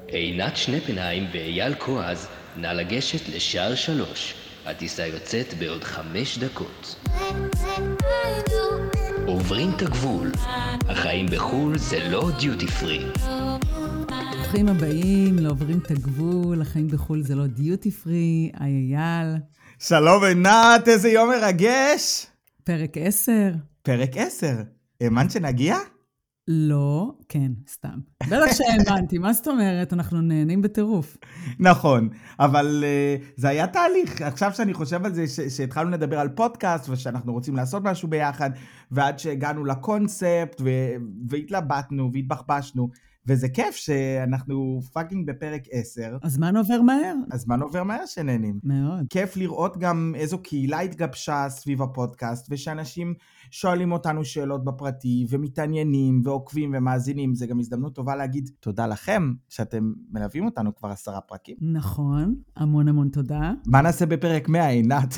עינת שנפנהיים ואייל כועז, נא לגשת לשער 3. הטיסה יוצאת בעוד 5 דקות. עוברים את הגבול. החיים בחול זה לא דיוטי פרי. ברוכים הבאים, לא עוברים את הגבול, החיים בחול זה לא דיוטי פרי, אייל. שלום עינת, איזה יום מרגש. פרק 10. פרק 10. האמנת שנגיע? לא, כן, סתם. בטח שהאמנתי, מה זאת אומרת? אנחנו נהנים בטירוף. נכון, אבל זה היה תהליך. עכשיו שאני חושב על זה, שהתחלנו לדבר על פודקאסט, ושאנחנו רוצים לעשות משהו ביחד, ועד שהגענו לקונספט, והתלבטנו, והתבחבשנו, וזה כיף שאנחנו פאקינג בפרק 10. הזמן עובר מהר. הזמן עובר מהר שנהנים. מאוד. כיף לראות גם איזו קהילה התגבשה סביב הפודקאסט, ושאנשים שואלים אותנו שאלות בפרטי, ומתעניינים, ועוקבים ומאזינים. זה גם הזדמנות טובה להגיד תודה לכם, שאתם מלווים אותנו כבר 10 פרקים. נכון, המון המון תודה. מה נעשה בפרק 100, עינת?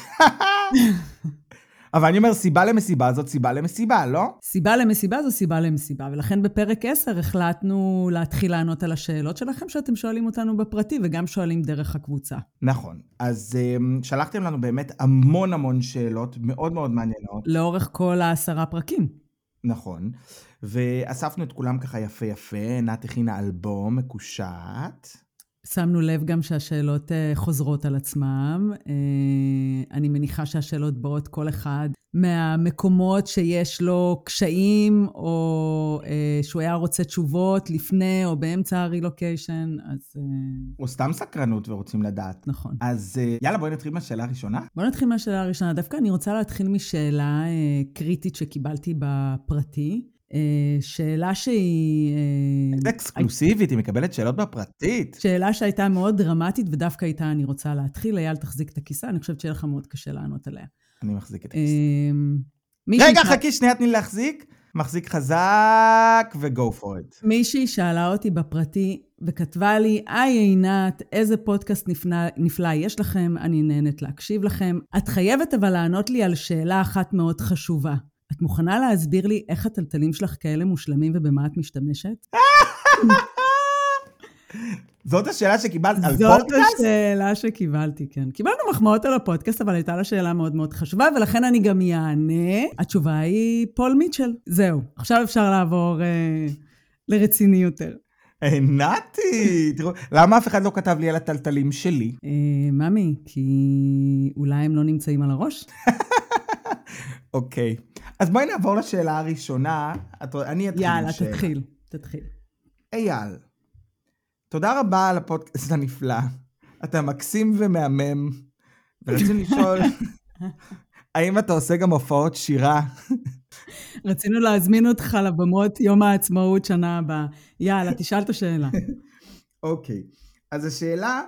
אבל אני אומר, סיבה למסיבה זאת סיבה למסיבה, לא? סיבה למסיבה זו סיבה למסיבה, ולכן בפרק 10 החלטנו להתחיל לענות על השאלות שלכם שאתם שואלים אותנו בפרטי, וגם שואלים דרך הקבוצה. נכון, אז שלחתם לנו באמת המון המון שאלות, מאוד מאוד מעניינות. לאורך כל 10 פרקים. נכון, ואספנו את כולם ככה יפה יפה, עינת הכינה אלבום מקושט. שמנו לב גם שהשאלות חוזרות על עצמם. אני מניחה שהשאלות באות כל אחד מהמקומות שיש לו קשיים, או שהוא היה רוצה תשובות לפני או באמצע הרילוקיישן. או סתם סקרנות ורוצים לדעת. נכון. אז יאללה, בואי נתחיל מהשאלה הראשונה. בואי נתחיל מהשאלה הראשונה. דווקא אני רוצה להתחיל משאלה קריטית שקיבלתי בפרטי. שאלה שהיא... אקסקלוסיבית, היא מקבלת שאלות בפרטית. שאלה שהייתה מאוד דרמטית, ודווקא איתה אני רוצה להתחיל. אייל, תחזיק את הכיסא, אני חושבת שיהיה לך מאוד קשה לענות עליה. אני מחזיק את הכיסא. רגע, חכי, שנייה, תני להחזיק. מחזיק חזק, ו-go for it. מישהי שאלה אותי בפרטי, וכתבה לי, עינת, איזה פודקאסט נפלא יש לכם, אני נהנית להקשיב לכם. את חייבת אבל לענות לי על שאלה אחת מאוד חשובה. את מוכנה להסביר לי איך הטלטלים שלך כאלה מושלמים ובמה את משתמשת? זאת השאלה שקיבלת על פודקאסט? פודקאסט? זאת השאלה שקיבלתי, כן. קיבלנו מחמאות על הפודקאסט, אבל הייתה לה שאלה מאוד מאוד חשובה, ולכן אני גם יענה. התשובה היא פול מיטשל. זהו, עכשיו אפשר לעבור לרציני יותר. נתי, תראו, למה אף אחד לא כתב לי על הטלטלים שלי? ממי, כי אולי הם לא נמצאים על הראש? אוקיי. אז בואי נעבור לשאלה הראשונה. אני אתחיל. יאללה, תתחיל. אייל, תודה רבה על הפודקאסט הנפלא. אתה מקסים ומהמם. ורצינו לשאול, האם אתה עושה גם הופעות שירה? רצינו להזמין אותך לבמות יום העצמאות שנה הבאה. יאללה, תשאל את השאלה. אוקיי. אז השאלה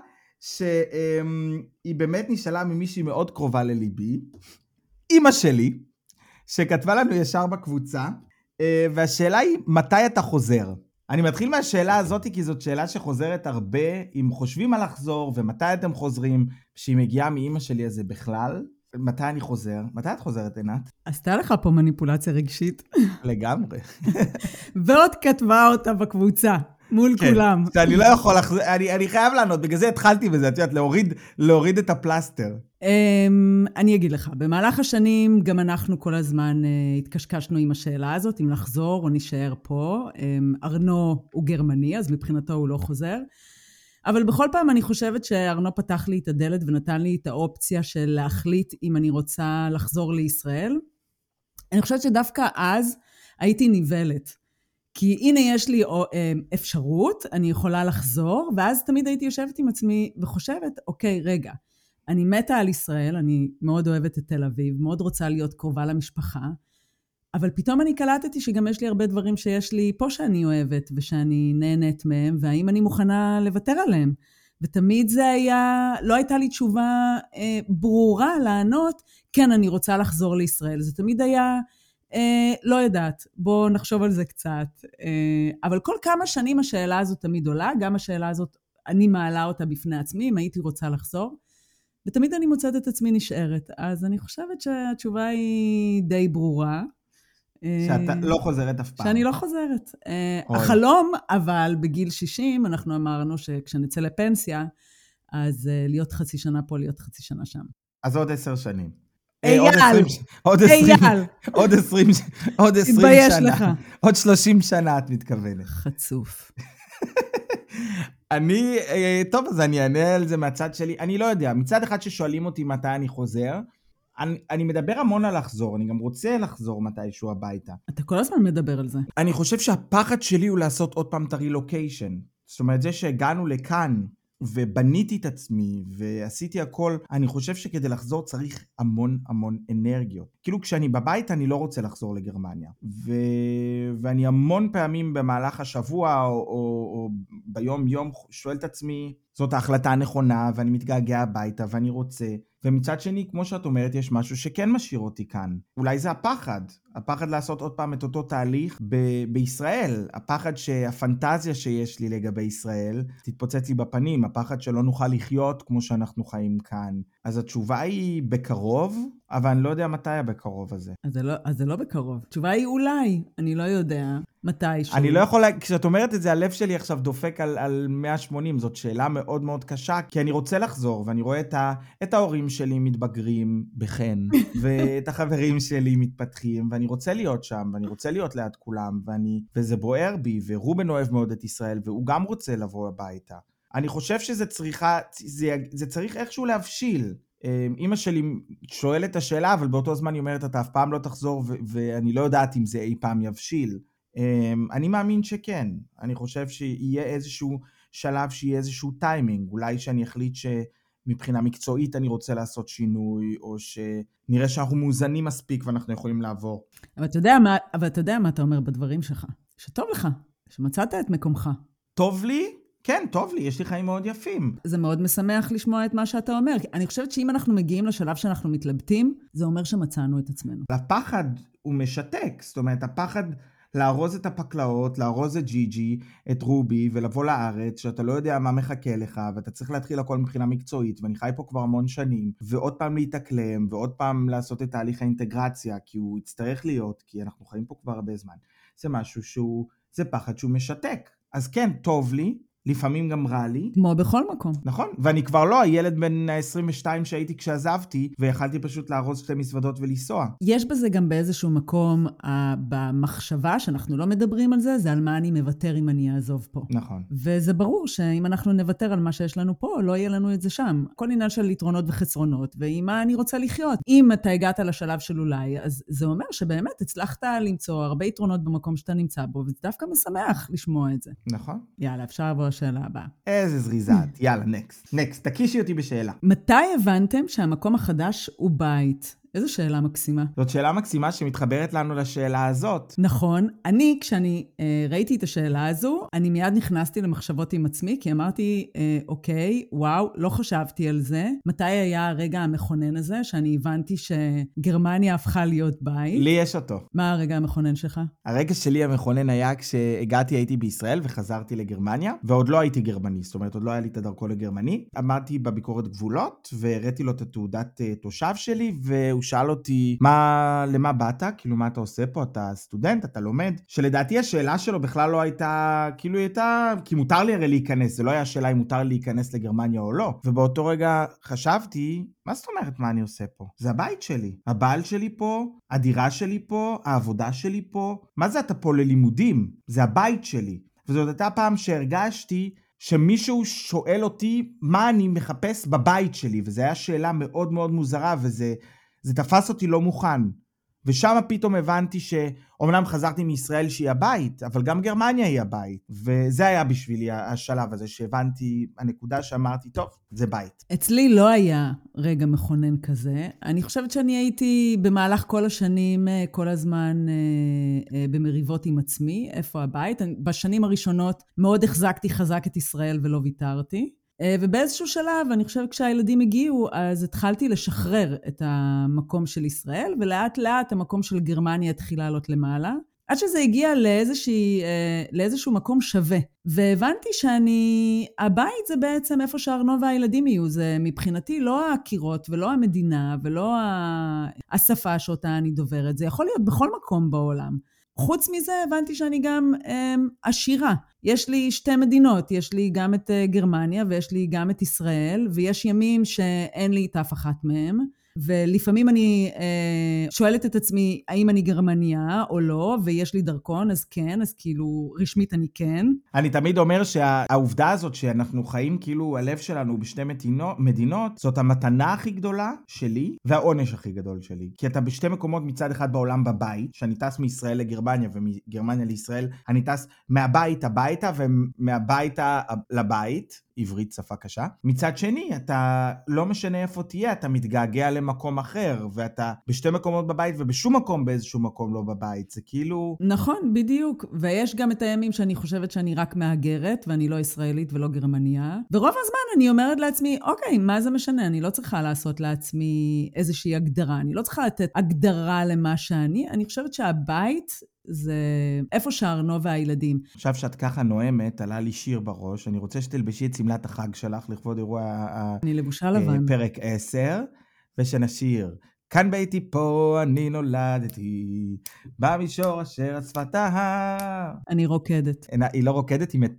שהיא באמת נשאלה ממישהי מאוד קרובה לליבי, אמא שלי, שכתבה לנו ישר בקבוצה, והשאלה היא, מתי אתה חוזר? אני מתחיל מהשאלה הזאת, כי זאת שאלה שחוזרת הרבה, אם חושבים על לחזור, ומתי אתם חוזרים, שהיא מגיעה מאמא שלי הזה בכלל, מתי אני חוזר? מתי את חוזרת, עינת? עשתה לך פה מניפולציה רגשית. לגמרי. ועוד כתבה אותה בקבוצה, מול כולם. שאני לא יכול לחזור, אני חייב לענות, בגלל זה התחלתי בזה, את יודעת, להוריד את הפלסטר. אני אגיד לך, במהלך השנים גם אנחנו כל הזמן התקשקשנו עם השאלה הזאת, אם לחזור או נשאר פה. ארנו הוא גרמני, אז מבחינתו הוא לא חוזר. אבל בכל פעם אני חושבת שארנו פתח לי את הדלת ונתן לי את האופציה של להחליט אם אני רוצה לחזור לישראל. אני חושבת שדווקא אז הייתי ניבלת. כי הנה יש לי אפשרות, אני יכולה לחזור, ואז תמיד הייתי יושבת עם עצמי וחושבת, אוקיי, רגע, אני מתה על ישראל, אני מאוד אוהבת את תל אביב, מאוד רוצה להיות קרובה למשפחה, אבל פתאום אני קלטתי שגם יש לי הרבה דברים שיש לי פה שאני אוהבת, ושאני נהנית מהם, והאם אני מוכנה לוותר עליהם. ותמיד זה היה, לא הייתה לי תשובה ברורה לענות, כן, אני רוצה לחזור לישראל. זה תמיד היה, לא יודעת, בואו נחשוב על זה קצת. אבל כל כמה שנים השאלה הזאת תמיד עולה, גם השאלה הזאת, אני מעלה אותה בפני עצמי, אם הייתי רוצה לחזור, ותמיד אני מוצאת את עצמי נשארת. אז אני חושבת שהתשובה היא די ברורה, שאתה לא חוזרת אף פעם. שאני לא חוזרת. אוי. החלום, אבל בגיל 60, אנחנו אמרנו שכשנצא לפנסיה, אז להיות חצי שנה פה, להיות חצי שנה שם. אז עוד 10 שנים. אייל! עוד 20 תתבייש שנה. לך. עוד 30 שנה את מתכוונת. חצוף. טוב, אז אני אענה על זה מהצד שלי. אני לא יודע, מצד אחד ששואלים אותי מתי אני חוזר, אני מדבר המון על לחזור, אני גם רוצה לחזור מתישהו הביתה. אתה כל הזמן מדבר על זה. אני חושב שהפחד שלי הוא לעשות עוד פעם את הרילוקיישן. זאת אומרת, זה שהגענו לכאן, ובניתי את עצמי, ועשיתי הכל, אני חושב שכדי לחזור צריך המון המון אנרגיות. כאילו כשאני בבית אני לא רוצה לחזור לגרמניה. ואני המון פעמים במהלך השבוע, או ביום יום שואל את עצמי, זאת ההחלטה הנכונה, ואני מתגעגע הביתה, ואני רוצה. ומצד שני, כמו שאת אומרת, יש משהו שכן משאיר אותי כאן. אולי זה הפחד לעשות עוד פעם את אותו תהליך בישראל. הפחד שהפנטזיה שיש לי לגבי ישראל תתפוצץ לי בפנים, הפחד שלא נוכל לחיות כמו שאנחנו חיים כאן. אז התשובה היא בקרוב, אבל אני לא יודע מתי הבקרוב הזה. אז זה לא בקרוב. התשובה היא אולי, אני לא יודע מתישהו. אני לא יכול, כשאת אומרת את זה, הלב שלי עכשיו דופק על 180, זאת שאלה מאוד מאוד קשה, כי אני רוצה לחזור, ואני רואה את ההורים שלי מתבגרים בחן, ואת החברים שלי מתפתחים, ואני רוצה להיות שם, ואני רוצה להיות ליד כולם, וזה בוער בי, ורובן אוהב מאוד את ישראל, והוא גם רוצה לבוא הביתה. אני חושב שזה צריך איכשהו להבשיל. אמא שלי שואלת את השאלה, אבל באותו זמן היא אומרת, אתה אף פעם לא תחזור, ואני לא יודעת אם זה אי פעם יבשיל. אני מאמין שכן. אני חושב שיהיה איזשהו שלב, שיהיה איזשהו טיימינג. אולי שאני אחליט שמבחינה מקצועית אני רוצה לעשות שינוי, או שנראה שאנחנו מאוזנים מספיק ואנחנו יכולים לעבור. אבל אתה יודע מה אתה אומר בדברים שלך. שטוב לך, שמצאת את מקומך. טוב לי? כן, טוב לי, יש לי חיים מאוד יפים. זה מאוד משמח לשמוע את מה שאתה אומר. אני חושבת שאם אנחנו מגיעים לשלב שאנחנו מתלבטים, זה אומר שמצאנו את עצמנו. הפחד הוא משתק, זאת אומרת, הפחד לארוז את הפקלאות, לארוז את ג'יג'י, את רובי, ולבוא לארץ, שאתה לא יודע מה מחכה לך, ואתה צריך להתחיל הכל מבחינה מקצועית, ואני חי פה כבר המון שנים, ועוד פעם להתאקלם, ועוד פעם לעשות את תהליך האינטגרציה, כי הוא יצטרך להיות, כי אנחנו חיים פה כבר הרבה זמן. זה משהו זה פחד שהוא משתק. אז כן, טוב לי, לפעמים גם רע לי. כמו בכל מקום. נכון, ואני כבר לא הילד בן 22 שהייתי כשעזבתי, ויכלתי פשוט לארוז 2 מזוודות ולנסוע. יש בזה גם באיזשהו מקום, במחשבה שאנחנו לא מדברים על זה, זה על מה אני מוותר אם אני אעזוב פה. נכון. וזה ברור שאם אנחנו נוותר על מה שיש לנו פה, לא יהיה לנו את זה שם. כל עניין של יתרונות וחסרונות, ועם מה אני רוצה לחיות. אם אתה הגעת לשלב של אולי, אז זה אומר שבאמת הצלחת למצוא הרבה יתרונות במקום שאתה נמצא בו, וזה דווקא משמח לשמוע את זה. נכון. יאללה, אפשר לעבור לשאלה הבאה. איזה זריזת. יאללה, נקסט. תקישי אותי בשאלה. מתי הבנתם שהמקום החדש הוא בית? איזו שאלה מקסימה. זאת שאלה מקסימה שמתחברת לנו לשאלה הזאת. נכון. כשאני ראיתי את השאלה הזו, אני מיד נכנסתי למחשבות עם עצמי, כי אמרתי, אוקיי, וואו, לא חשבתי על זה. מתי היה הרגע המכונן הזה, שאני הבנתי שגרמניה הפכה להיות בית? לי יש אותו. מה הרגע המכונן שלך? הרגע שלי המכונן היה כשהגעתי, הייתי בישראל וחזרתי לגרמניה, ועוד לא הייתי גרמני, זאת אומרת, עוד לא היה לי את הדרכון לגרמני. עמדתי בביקורת גבולות, והראיתי לו את התעודת תושב שלי, הוא שאל אותי, למה באת? כאילו, מה אתה עושה פה? אתה סטודנט, אתה לומד? שלדעתי השאלה שלו בכלל לא הייתה, כאילו היא הייתה, כי מותר לי הרי להיכנס, זה לא היה שאלה אם מותר לי להיכנס לגרמניה או לא. ובאותו רגע חשבתי, מה זאת אומרת מה אני עושה פה? זה הבית שלי. הבעל שלי פה, הדירה שלי פה, העבודה שלי פה. מה זה אתה פה ללימודים? זה הבית שלי. וזאת הייתה פעם שהרגשתי שמישהו שואל אותי מה אני מחפש בבית שלי, וזו הייתה שאלה מאוד מאוד מוזרה, זה תפס אותי לא מוכן. ושם פתאום הבנתי שאומנם חזרתי מישראל שהיא הבית, אבל גם גרמניה היא הבית. וזה היה בשבילי השלב הזה, שהבנתי הנקודה שאמרתי, טוב, זה בית. אצלי לא היה רגע מכונן כזה. אני חושבת שאני הייתי במהלך כל השנים, כל הזמן במריבות עם עצמי, איפה הבית. בשנים הראשונות מאוד החזקתי חזק את ישראל ולא ויתרתי. ובאיזשהו שלב, אני חושבת כשהילדים הגיעו, אז התחלתי לשחרר את המקום של ישראל, ולאט לאט המקום של גרמניה התחיל לעלות למעלה. עד שזה הגיע לאיזשהו מקום שווה. והבנתי הבית זה בעצם איפה שארנו והילדים יהיו. זה מבחינתי לא הקירות ולא המדינה ולא השפה שאותה אני דוברת. זה יכול להיות בכל מקום בעולם. חוץ מזה הבנתי שאני גם עשירה. יש לי 2 מדינות, יש לי גם את גרמניה ויש לי גם את ישראל, ויש ימים שאין לי את אף אחת מהם. ולפעמים אני שואלת את עצמי, האם אני גרמניה או לא, ויש לי דרכון, אז כן, אז כאילו רשמית אני כן. אני תמיד אומר שהעובדה הזאת שאנחנו חיים כאילו הלב שלנו בשתי מדינות, זאת המתנה הכי גדולה שלי, והעונש הכי גדול שלי. כי אתה בשתי מקומות מצד אחד בעולם בבית, שאני טס מישראל לגרמניה ומגרמניה לישראל, אני טס מהבית הביתה ומהביתה לבית, עברית שפה קשה. מצד שני, אתה לא משנה איפה תהיה, אתה מתגעגע למקום אחר, ואתה בשתי מקומות בבית ובשום מקום באיזשהו מקום לא בבית. זה כאילו... נכון, בדיוק. ויש גם את הימים שאני חושבת שאני רק מהגרת, ואני לא ישראלית ולא גרמניה. ברוב הזמן אני אומרת לעצמי, אוקיי, מה זה משנה? אני לא צריכה לעשות לעצמי איזושהי הגדרה. אני לא צריכה לתת הגדרה למה שאני. אני חושבת שהבית... זה איפה שארנו והילדים. עכשיו שאת ככה נואמת, עלה לי שיר בראש, אני רוצה שתלבשי את סמלת החג שלך לכבוד אירוע אני לבושה לבן. פרק 10, ושנשיר. כאן ביתי פה אני נולדתי, במישור אשר על שפת ההר. אני רוקדת. היא לא רוקדת, היא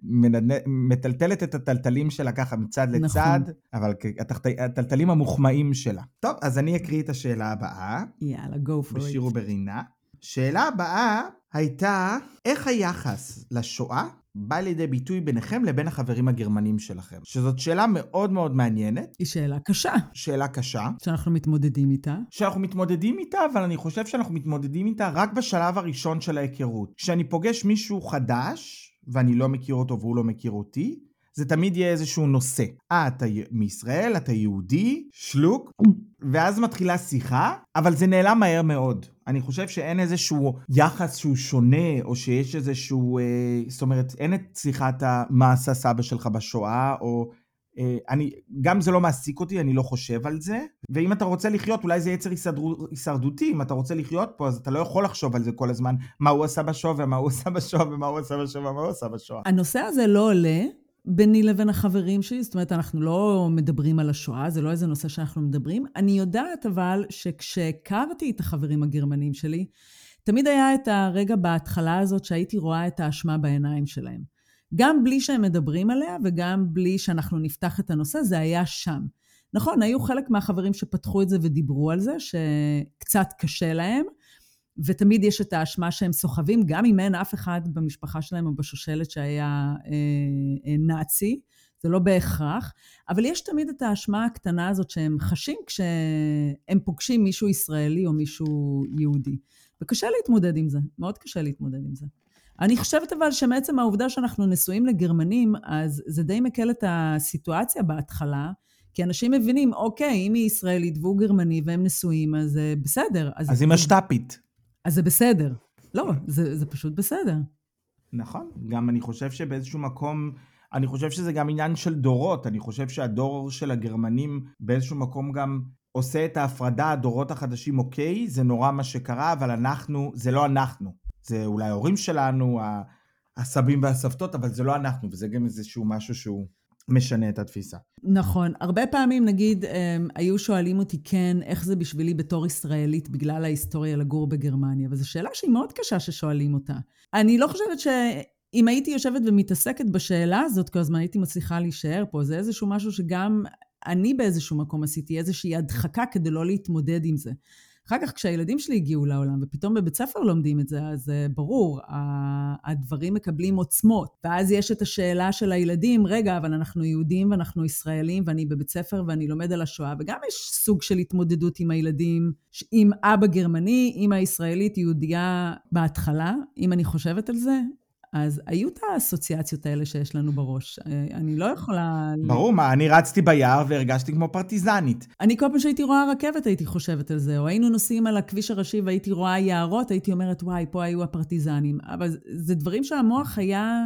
מטלטלת את הטלטלים שלה ככה מצד לצד, נכון. אבל הטלטלים המוחמאים שלה. טוב, אז אני אקריא את השאלה הבאה. יאללה, go for it. בשיר וברינה. שאלה הבאה הייתה, איך היחס לשואה בא לידי ביטוי ביניכם לבין החברים הגרמנים שלכם? שזאת שאלה מאוד מאוד מעניינת. היא שאלה קשה. שאלה קשה. שאנחנו מתמודדים איתה. שאנחנו מתמודדים איתה, אבל אני חושב שאנחנו מתמודדים איתה רק בשלב הראשון של ההיכרות. כשאני פוגש מישהו חדש, ואני לא מכיר אותו והוא לא מכיר אותי, זה תמיד יהיה איזשהו נושא. אתה מישראל, אתה יהודי, שלוק, ואז מתחילה שיחה, אבל זה נעלם מהר מאוד. אני חושב שאין איזשהו יחס שהוא שונה, או שיש איזשהו, זאת אומרת, אין את שיחת מה עשה סבא שלך בשואה, או גם זה לא מעסיק אותי, אני לא חושב על זה. ואם אתה רוצה לחיות, אולי זה יצר הישרדותי, אם אתה רוצה לחיות פה, אז אתה לא יכול לחשוב על זה כל הזמן, מה הוא עשה בשואה, ומה הוא עשה בשואה, ומה הוא עשה בשואה, ומה הוא עשה בשואה. הנושא הזה לא עולה ביני לבין החברים שלי, זאת אומרת, אנחנו לא מדברים על השואה, זה לא איזה נושא שאנחנו מדברים. אני יודעת אבל שכשהכרתי את החברים הגרמנים שלי, תמיד היה את הרגע בהתחלה הזאת שהייתי רואה את האשמה בעיניים שלהם. גם בלי שהם מדברים עליה וגם בלי שאנחנו נפתח את הנושא, זה היה שם. נכון, היו חלק מהחברים שפתחו את זה ודיברו על זה, שקצת קשה להם, ותמיד יש את האשמה שהם סוחבים, גם אם אין אף אחד במשפחה שלהם או בשושלת שהיה נאצי, זה לא בהכרח, אבל יש תמיד את האשמה הקטנה הזאת שהם חשים כשהם פוגשים מישהו ישראלי או מישהו יהודי. וקשה להתמודד עם זה, מאוד קשה להתמודד עם זה. אני חושבת אבל שמעצם העובדה שאנחנו נשואים לגרמנים, אז זה די מקל את הסיטואציה בהתחלה, כי אנשים מבינים, אוקיי, אם היא ישראלית והוא גרמני והם נשואים, אז בסדר. אז היא משת"פית. אז זה בסדר. לא, זה פשוט בסדר. נכון. גם אני חושב שבאיזשהו מקום, אני חושב שזה גם עניין של דורות. אני חושב שהדור של הגרמנים באיזשהו מקום גם עושה את ההפרדה, הדורות החדשים, אוקיי, זה נורא מה שקרה, אבל אנחנו, זה לא אנחנו. זה אולי ההורים שלנו, הסבים והסבתות, אבל זה לא אנחנו, וזה גם איזשהו משהו שהוא משנה את התפיסה. נכון. הרבה פעמים, נגיד, היו שואלים אותי, כן, איך זה בשבילי בתור ישראלית, בגלל ההיסטוריה לגור בגרמניה, וזו שאלה שהיא מאוד קשה ששואלים אותה. אני לא חושבת שאם הייתי יושבת ומתעסקת בשאלה הזאת, כל הזמן הייתי מצליחה להישאר פה, זה איזשהו משהו שגם אני באיזשהו מקום עשיתי, איזושהי הדחקה כדי לא להתמודד עם זה. אחר כך כשהילדים שלי הגיעו לעולם, ופתאום בבית ספר לומדים את זה, אז ברור, הדברים מקבלים עוצמות. ואז יש את השאלה של הילדים, רגע, אבל אנחנו יהודים ואנחנו ישראלים, ואני בבית ספר ואני לומד על השואה, וגם יש סוג של התמודדות עם הילדים, עם אבא גרמני, אמא ישראלית, יהודייה בהתחלה, אם אני חושבת על זה, אז היו את האסוציאציות האלה שיש לנו בראש. אני לא יכולה... ברור, מה, אני רצתי ביער והרגשתי כמו פרטיזנית. אני כל פעם שהייתי רואה רכבת הייתי חושבת על זה, או היינו נוסעים על הכביש הראשי והייתי רואה יערות, הייתי אומרת, וואי, פה היו הפרטיזנים. אבל זה דברים שהמוח היה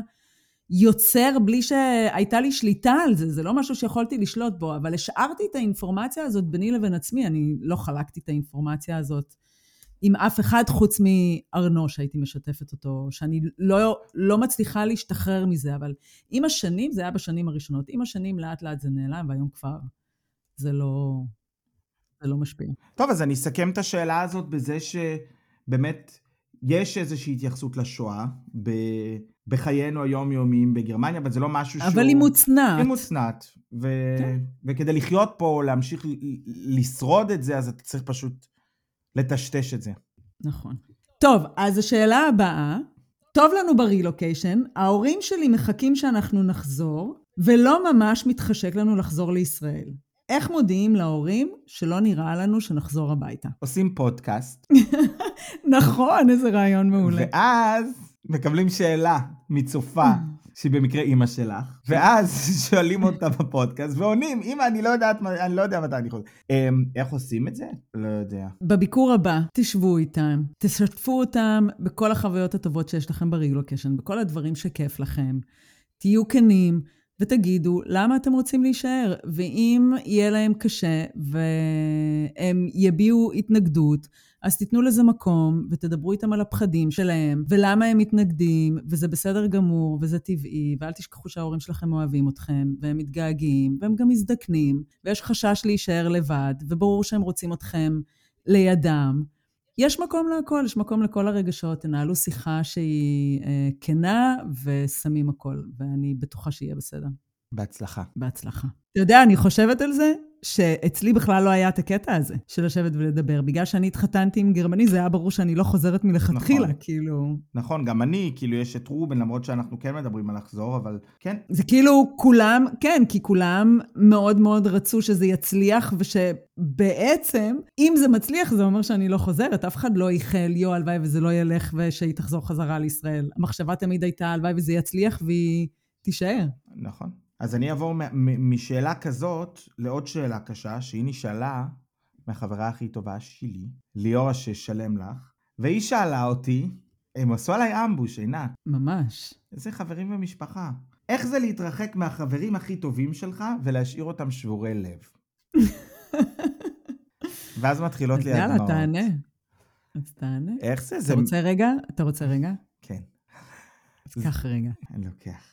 יוצר בלי שהייתה לי שליטה על זה, זה לא משהו שיכולתי לשלוט בו, אבל השארתי את האינפורמציה הזאת ביני לבין עצמי, אני לא חלקתי את האינפורמציה הזאת עם אף אחד חוץ מארנו שהייתי משתפת אותו, שאני לא מצליחה להשתחרר מזה, אבל עם השנים, זה היה בשנים הראשונות, עם השנים לאט לאט זה נעלם, והיום כבר זה לא משפיע. טוב, אז אני אסכם את השאלה הזאת בזה שבאמת יש איזושהי התייחסות לשואה בחיינו היומיומיים בגרמניה, אבל זה לא משהו שהוא... אבל היא מוצנעת. היא מוצנעת, וכדי לחיות פה, להמשיך לשרוד את זה, אז אתה צריך פשוט לטשטש את זה. נכון. טוב, אז השאלה הבאה, טוב לנו ברילוקיישן, ההורים שלי מחכים שאנחנו נחזור, ולא ממש מתחשק לנו לחזור לישראל. איך מודיעים להורים שלא נראה לנו שנחזור הביתה? עושים פודקאסט. נכון, איזה רעיון מעולה. ואז מקבלים שאלה מצופה, שהיא במקרה אמא שלך, ואז שואלים אותה בפודקאסט, ועונים, אמא, אני לא יודע מתי אני חוזר. איך עושים את זה? לא יודע. בביקור הבא, תשבו איתם, תשתפו אותם בכל החוויות הטובות שיש לכם ברילוקיישן, בכל הדברים שכיף לכם. תהיו כנים, ותגידו למה אתם רוצים להישאר, ואם יהיה להם קשה והם יביעו התנגדות, אז תיתנו לזה מקום ותדברו איתם על הפחדים שלהם, ולמה הם מתנגדים, וזה בסדר גמור, וזה טבעי, ואל תשכחו שההורים שלכם אוהבים אתכם, והם מתגעגעים, והם גם מזדקנים, ויש חשש להישאר לבד, וברור שהם רוצים אתכם לידם. יש מקום להכל, יש מקום לכל הרגשות, תנהלו שיחה שהיא כנה ושמים הכל, ואני בטוחה שיהיה בסדר. בהצלחה. בהצלחה. אתה יודע, אני חושבת על זה, שאצלי בכלל לא היה את הקטע הזה, של לשבת ולדבר. בגלל שאני התחתנתי עם גרמני, זה היה ברור שאני לא חוזרת מלכתחילה, נכון. כאילו. נכון, גם אני, כאילו יש את רובן, למרות שאנחנו כן מדברים על לחזור, אבל כן. זה כאילו כולם, כן, כי כולם מאוד מאוד רצו שזה יצליח, ושבעצם, אם זה מצליח, זה אומר שאני לא חוזרת. אף אחד לא ייחל, הלוואי וזה לא ילך, ושהיא תחזור חזרה לישראל. המחשבה תמיד הייתה, הלוואי וזה יצליח, והיא תישאר. נכון. אז אני אעבור משאלה כזאת לעוד שאלה קשה, שהיא נשאלה מהחברה הכי טובה שלי, ליאורה ששלם לך, והיא שאלה אותי, הם עשו עליי אמבוש, עינת. ממש. איזה חברים ומשפחה. איך זה להתרחק מהחברים הכי טובים שלך ולהשאיר אותם שבורי לב? ואז מתחילות לי הדמעות. יאללה, תענה. אז תענה. איך זה? אתה רוצה רגע? כן. אז קח רגע. אני לוקח.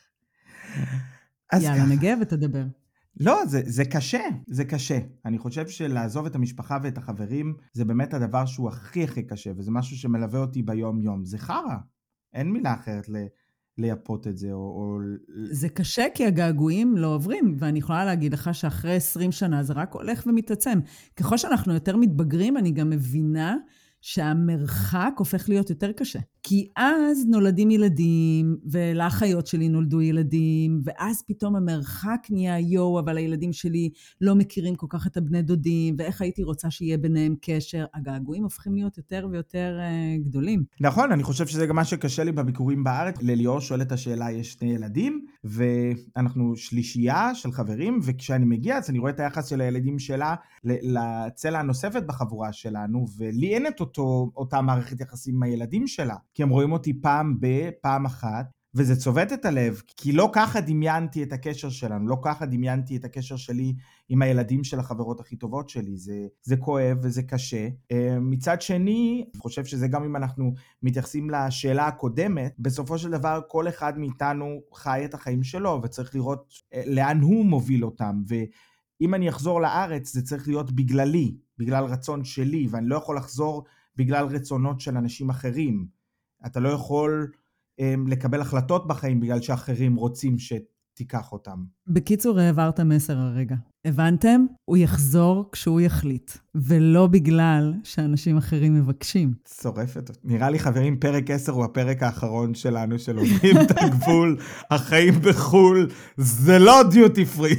יאללה, נגע ותדבר. לא, זה קשה, זה קשה. אני חושב שלעזוב את המשפחה ואת החברים, זה באמת הדבר שהוא הכי הכי קשה, וזה משהו שמלווה אותי ביום יום. זה חרה. אין מילה אחרת לייפות את זה, זה קשה כי הגעגועים לא עוברים, ואני יכולה להגיד לך שאחרי 20 שנה זה רק הולך ומתעצם. ככל שאנחנו יותר מתבגרים, אני גם מבינה שהמרחק הופך להיות יותר קשה. כי אז נולדים ילדים, ולאחיות שלי נולדו ילדים, ואז פתאום המרחק נהיה אבל הילדים שלי לא מכירים כל כך את הבני דודים, ואיך הייתי רוצה שיהיה ביניהם קשר. הגעגועים הופכים להיות יותר ויותר גדולים. נכון, אני חושב שזה גם מה שקשה לי בביקורים בארץ. לליאור שואלת השאלה, יש 2 ילדים, ואנחנו שלישייה של חברים, וכשאני מגיע, אז אני רואה את היחס של הילדים שלה לצלע הנוספת בחבורה שלנו, ולי אין את אותה מערכת יחסים עם הילדים שלה. כי הם רואים אותי פעם אחת, וזה צובט את הלב, כי לא ככה דמיינתי את הקשר שלנו, לא ככה דמיינתי את הקשר שלי עם הילדים של החברות הכי טובות שלי, זה כואב וזה קשה. מצד שני, אני חושב שזה גם אם אנחנו מתייחסים לשאלה הקודמת, בסופו של דבר כל אחד מאיתנו חי את החיים שלו, וצריך לראות לאן הוא מוביל אותם, ואם אני אחזור לארץ, זה צריך להיות בגללי, בגלל רצון שלי, ואני לא יכול לחזור בגלל רצונות של אנשים אחרים. אתה לא יכול לקבל החלטות בחיים בגלל שאחרים רוצים שתיקח אותם. בקיצור, העברת מסר הרגע. הבנתם? הוא יחזור כשהוא יחליט, ולא בגלל שאנשים אחרים מבקשים. שורפת. נראה לי חברים, פרק 10 הוא הפרק האחרון שלנו, של עוברים את הגבול, החיים בחול, זה לא דיוטי פרי.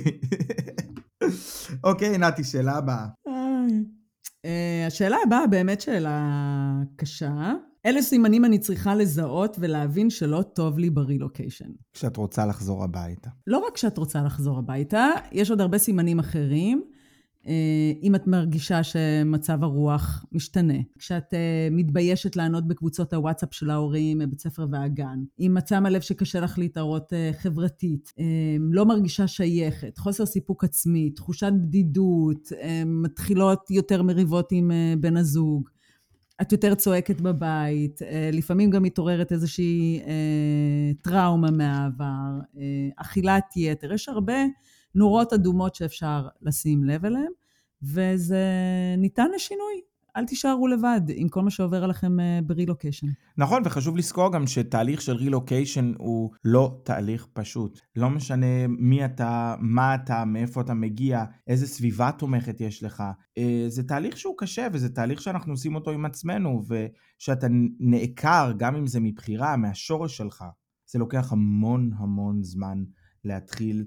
אוקיי, נתי, שאלה הבאה. השאלה הבאה באמת שאלה קשה. אלה סימנים אני צריכה לזהות ולהבין שלא טוב לי ברילוקיישן. כשאת רוצה לחזור הביתה. לא רק כשאת רוצה לחזור הביתה, יש עוד הרבה סימנים אחרים. אם את מרגישה שמצב הרוח משתנה, כשאת מתביישת לענות בקבוצות הוואטסאפ של ההורים, בית ספר והגן, אם מצא מלב שקשה לך להתערות חברתית, לא מרגישה שייכת, חוסר סיפוק עצמי, תחושת בדידות, מתחילות יותר מריבות עם בן הזוג, את יותר צועקת בבית, לפעמים גם מתעוררת איזושהי טראומה מהעבר, אכילת יתר, יש הרבה נורות אדומות שאפשר לשים לב אליהן, וזה ניתן לשינוי. אל תישארו לבד עם כל מה שעובר עליכם ברילוקיישן. נכון, וחשוב לזכור גם שתהליך של רילוקיישן הוא לא תהליך פשוט. לא משנה מי אתה, מה אתה, מאיפה אתה מגיע, איזה סביבה תומכת יש לך. זה תהליך שהוא קשה, וזה תהליך שאנחנו עושים אותו עם עצמנו, ושאתה נעקר, גם אם זה מבחירה, מהשורש שלך. זה לוקח המון המון זמן להתחיל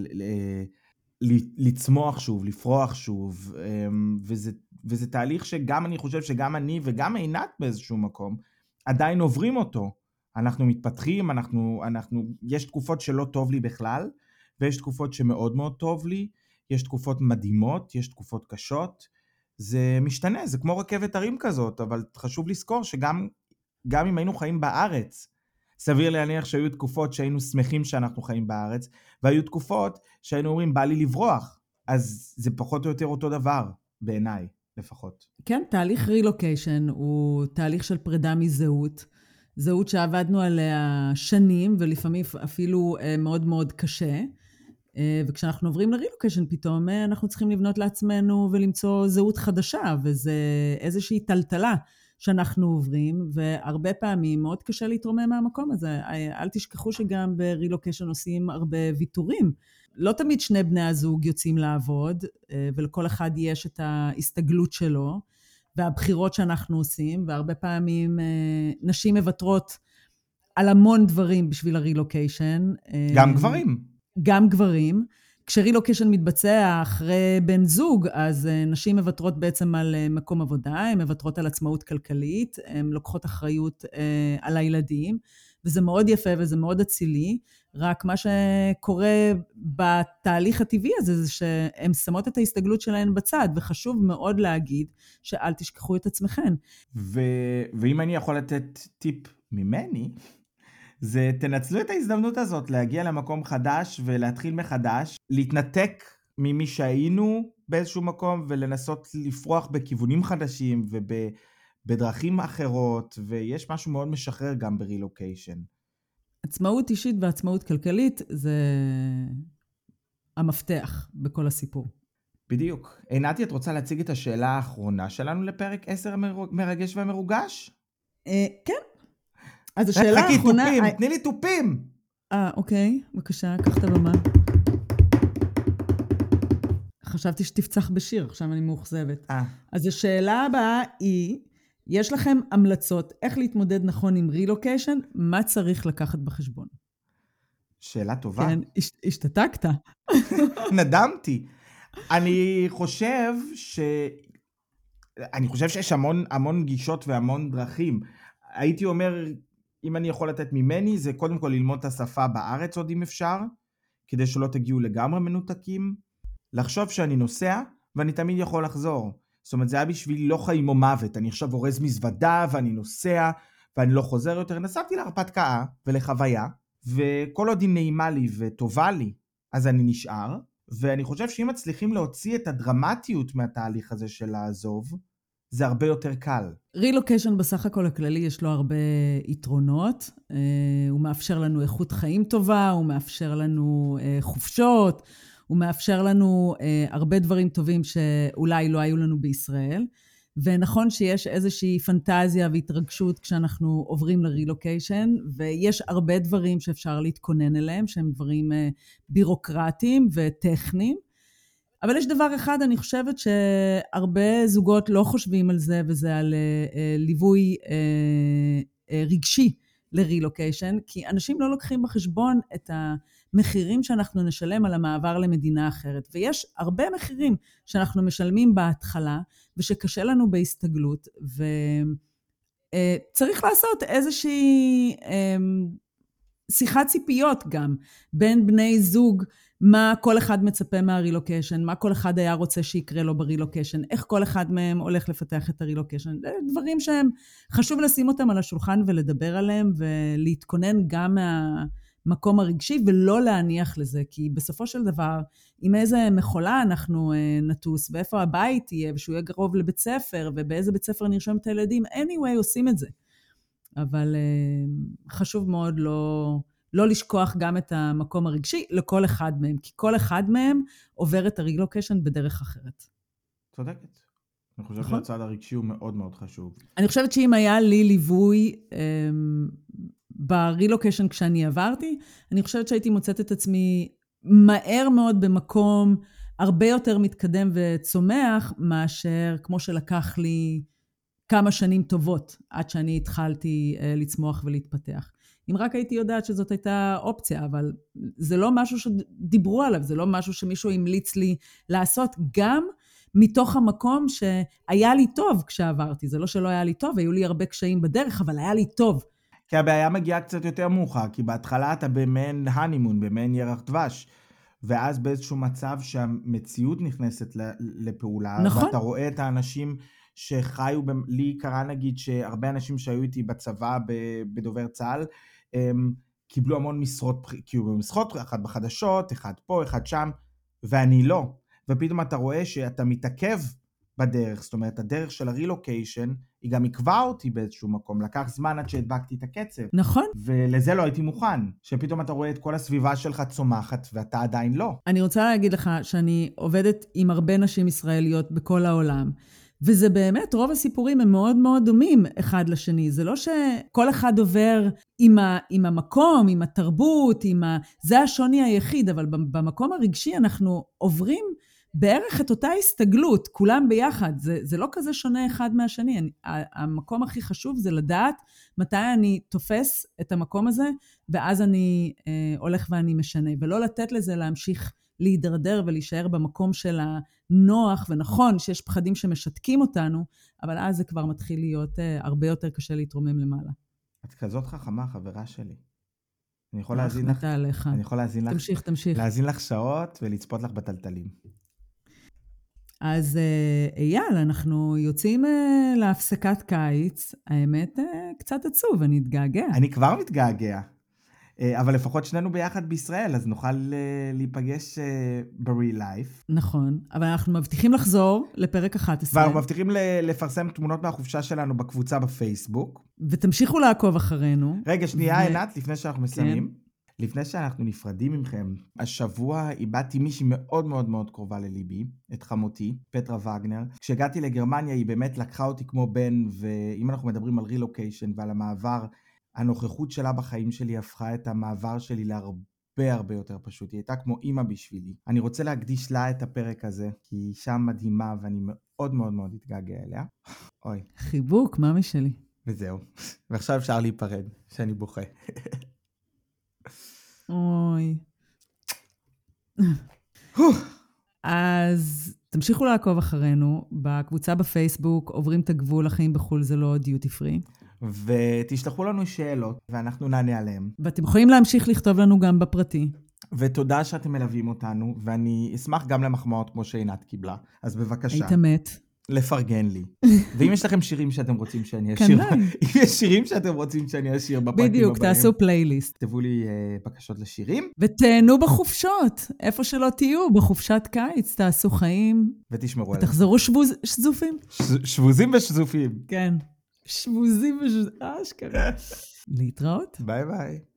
לצמוח שוב, לפרוח שוב, וזה תהליך שגם אני חושב שגם אני וגם עינת באיזשהו מקום עדיין עוברים אותו. אנחנו מתפתחים, יש תקופות שלא טוב לי בכלל, ויש תקופות שמאוד מאוד טוב לי, יש תקופות מדהימות, יש תקופות קשות, זה משתנה, זה כמו רכבת הרים כזאת, אבל חשוב לזכור שגם אם היינו חיים בארץ, סביר להניח שהיו תקופות שהיינו שמחים שאנחנו חיים בארץ, והיו תקופות שהיינו אומרים, בא לי לברוח. אז זה פחות או יותר אותו דבר, בעיניי, לפחות. כן, תהליך רילוקיישן הוא תהליך של פרידה מזהות, זהות שעבדנו עליה שנים, ולפעמים אפילו מאוד מאוד קשה, וכשאנחנו עוברים לרילוקיישן פתאום, אנחנו צריכים לבנות לעצמנו ולמצוא זהות חדשה, וזה איזושהי טלטלה שאנחנו עוברים, והרבה פעמים מאוד קשה להתרומם מהמקום הזה. אל תשכחו שגם ברילוקיישן עושים הרבה ויתורים. לא תמיד שני בני הזוג יוצאים לעבוד, ולכל אחד יש את ההסתגלות שלו, והבחירות שאנחנו עושים, והרבה פעמים נשים מוותרות על המון דברים בשביל הרילוקיישן. גם גברים. גם גברים. כשרילוקיישן מתבצע אחרי בן זוג, אז נשים מוותרות בעצם על מקום עבודה, הן מוותרות על עצמאות כלכלית, הן לוקחות אחריות על הילדים, וזה מאוד יפה וזה מאוד אצילי, רק מה שקורה בתהליך הטבעי הזה, זה שהן שמות את ההסתגלות שלהן בצד, וחשוב מאוד להגיד שאל תשכחו את עצמכן. ואם אני יכול לתת טיפ ממני, זה תנצלו את ההזדמנות הזאת להגיע למקום חדש ולהתחיל מחדש, להתנתק ממי שהיינו באיזשהו מקום ולנסות לפרוח בכיוונים חדשים ובדרכים אחרות, ויש משהו מאוד משחרר גם ברילוקיישן. עצמאות אישית ועצמאות כלכלית זה המפתח בכל הסיפור. בדיוק. עינתי, את רוצה להציג את השאלה האחרונה שלנו לפרק 10 מרגש ומרוגש? כן. אז השאלה האחרונה... חכי, תני לי טופים. אוקיי, בבקשה, קח את הבמה. חשבתי שתפצח בשיר, עכשיו אני מאוכזבת. אז השאלה הבאה היא, יש לכם המלצות איך להתמודד נכון עם רילוקיישן, מה צריך לקחת בחשבון? שאלה טובה. כן, השתתקת. נדמתי. אני חושב שיש המון גישות והמון דרכים. הייתי אומר, אם אני יכול לתת ממני, זה קודם כל ללמוד את השפה בארץ עוד אם אפשר, כדי שלא תגיעו לגמרי מנותקים. לחשוב שאני נוסע, ואני תמיד יכול לחזור. זאת אומרת, זה היה בשביל לא חיים או מוות. אני עכשיו אורז מזוודה, ואני נוסע, ואני לא חוזר יותר. נסעתי להרפתקה ולחוויה, וכל עוד היא נעימה לי וטובה לי, אז אני נשאר. ואני חושב שאם מצליחים להוציא את הדרמטיות מהתהליך הזה של לעזוב, זה הרבה יותר קל. רילוקיישן בסך הכל הכללי יש לו הרבה יתרונות, הוא מאפשר לנו איכות חיים טובה, הוא מאפשר לנו חופשות, הוא מאפשר לנו הרבה דברים טובים שאולי לא היו לנו בישראל, ונכון שיש איזושהי פנטזיה והתרגשות כשאנחנו עוברים לרילוקיישן, ויש הרבה דברים שאפשר להתכונן אליהם, שהם דברים בירוקרטיים וטכניים, אבל יש דבר אחד, אני חושבת שהרבה זוגות לא חושבים על זה, וזה על ליווי רגשי לרילוקיישן, כי אנשים לא לוקחים בחשבון את המחירים שאנחנו נשלם על המעבר למדינה אחרת. ויש הרבה מחירים שאנחנו משלמים בהתחלה, ושקשה לנו בהסתגלות, וצריך לעשות איזושהי שיחת ציפיות גם בין בני זוג, מה כל אחד מצפה מהרילוקיישן, מה כל אחד היה רוצה שיקרה לו ברילוקיישן, איך כל אחד מהם הולך לפתח את הרילוקיישן. זה דברים שהם חשוב לשים אותם על השולחן ולדבר עליהם, ולהתכונן גם המקום הרגשי, ולא להניח לזה, כי בסופו של דבר, עם איזה מכולה אנחנו נטוס, ואיפה הבית יהיה, ושהוא יהיה קרוב לבית ספר, ובאיזה בית ספר נרשום את הילדים, anyway עושים את זה. אבל חשוב מאוד לא לשכוח גם את המקום הרגשי לכל אחד מהם, כי כל אחד מהם עובר את הרילוקיישן בדרך אחרת. צודקת. אני חושב שהצד הרגשי הוא מאוד מאוד חשוב. אני חושבת שאם היה לי ליווי ברילוקיישן כשאני עברתי, אני חושבת שהייתי מוצאת את עצמי מהר מאוד במקום הרבה יותר מתקדם וצומח, מאשר כמו שלקח לי כמה שנים טובות, עד שאני התחלתי לצמוח ולהתפתח. אם רק הייתי יודעת שזאת הייתה אופציה, אבל זה לא משהו שדיברו עליו, זה לא משהו שמישהו המליץ לי לעשות, גם מתוך המקום שהיה לי טוב כשעברתי. זה לא שלא היה לי טוב, היו לי הרבה קשיים בדרך, אבל היה לי טוב. כי הבעיה מגיעה קצת יותר מאוחר, כי בהתחלה אתה במעין הנימון, במעין ירח דבש, ואז באיזשהו מצב שהמציאות נכנסת לפעולה, נכון. ואתה רואה את האנשים שחיו, לי קרה נגיד שהרבה אנשים שהיו איתי בצבא בדובר צה"ל, קיבלו המון משרות, קיבלו משרות, אחד בחדשות, אחד פה, אחד שם, ואני לא. ופתאום אתה רואה שאתה מתעכב בדרך, זאת אומרת, הדרך של הרילוקיישן, היא גם עקבה אותי באיזשהו מקום, לקח זמן עד שהדבקתי את הקצב. נכון. ולזה לא הייתי מוכן, שפתאום אתה רואה את כל הסביבה שלך צומחת, ואתה עדיין לא. אני רוצה להגיד לך שאני עובדת עם הרבה נשים ישראליות בכל העולם, וזה באמת, רוב הסיפורים הם מאוד מאוד דומים אחד לשני. זה לא שכל אחד עובר עם המקום, עם התרבות, זה השוני היחיד, אבל במקום הרגשי אנחנו עוברים בערך את אותה הסתגלות, כולם ביחד. זה לא כזה שונה אחד מהשני. המקום הכי חשוב זה לדעת מתי אני תופס את המקום הזה, ואז אני הולך ואני משנה, ולא לתת לזה להמשיך להידרדר ולהישאר במקום של הנוח, ונכון שיש פחדים שמשתקים אותנו, אבל אז זה כבר מתחיל להיות הרבה יותר קשה להתרומם למעלה. את כזאת חכמה, חברה שלי. אני יכול להזין לך, אני יכול להזין לך, תמשיך. להזין לך שעות ולצפות לך בטלטלים. אז אייל, אנחנו יוצאים להפסקת קיץ, האמת קצת עצוב, אני אתגעגע. אני כבר מתגעגע. אבל לפחות שנינו ביחד בישראל, אז נוכל להיפגש ב-real life. נכון, אבל אנחנו מבטיחים לחזור לפרק 11. ואנחנו מבטיחים לפרסם תמונות מהחופשה שלנו בקבוצה בפייסבוק. ותמשיכו לעקוב אחרינו. רגע, שנייה, עינת, לפני שאנחנו מסיימים. לפני שאנחנו נפרדים מכם, השבוע איבדתי מישהי מאוד מאוד מאוד קרובה לליבי, את חמותי, פטרה וגנר. כשהגעתי לגרמניה היא באמת לקחה אותי כמו בן, ואם אנחנו מדברים על רילוקיישן ועל המעבר, הנוכחות שלה בחיים שלי הפכה את המעבר שלי להרבה הרבה יותר פשוט. היא הייתה כמו אמא בשבילי. אני רוצה להקדיש לה את הפרק הזה, כי היא אישה מדהימה ואני מאוד מאוד מאוד אתגעגע אליה. אוי. חיבוק, מאמי שלי. וזהו. ועכשיו אפשר להיפרד, שאני בוכה. אוי. אז תמשיכו לעקוב אחרינו בקבוצה בפייסבוק, עוברים את הגבול, החיים בחול זה לא דיוטי פרי. ותשלחו לנו שאלות ואנחנו נענה עליהן. ואתם יכולים להמשיך לכתוב לנו גם בפרטי. ותודה שאתם מלווים אותנו, ואני אשמח גם למחמאות כמו שעינת קיבלה. אז בבקשה. היית מת. לפרגן לי. ואם יש לכם שירים שאתם רוצים שאני אשיר, אם יש שירים שאתם רוצים שאני אשיר בפרקים הבאים, בדיוק, תעשו פלייליסט. תכתבו לי בקשות לשירים. ותהנו בחופשות, איפה שלא תהיו, בחופשת קיץ, תעשו חיים. ותשמרו עליהם. ותחזרו שזופים. שבוזים ושזופים. כן, שבוזים ושזופים. אשכרה. להתראות. ביי ביי.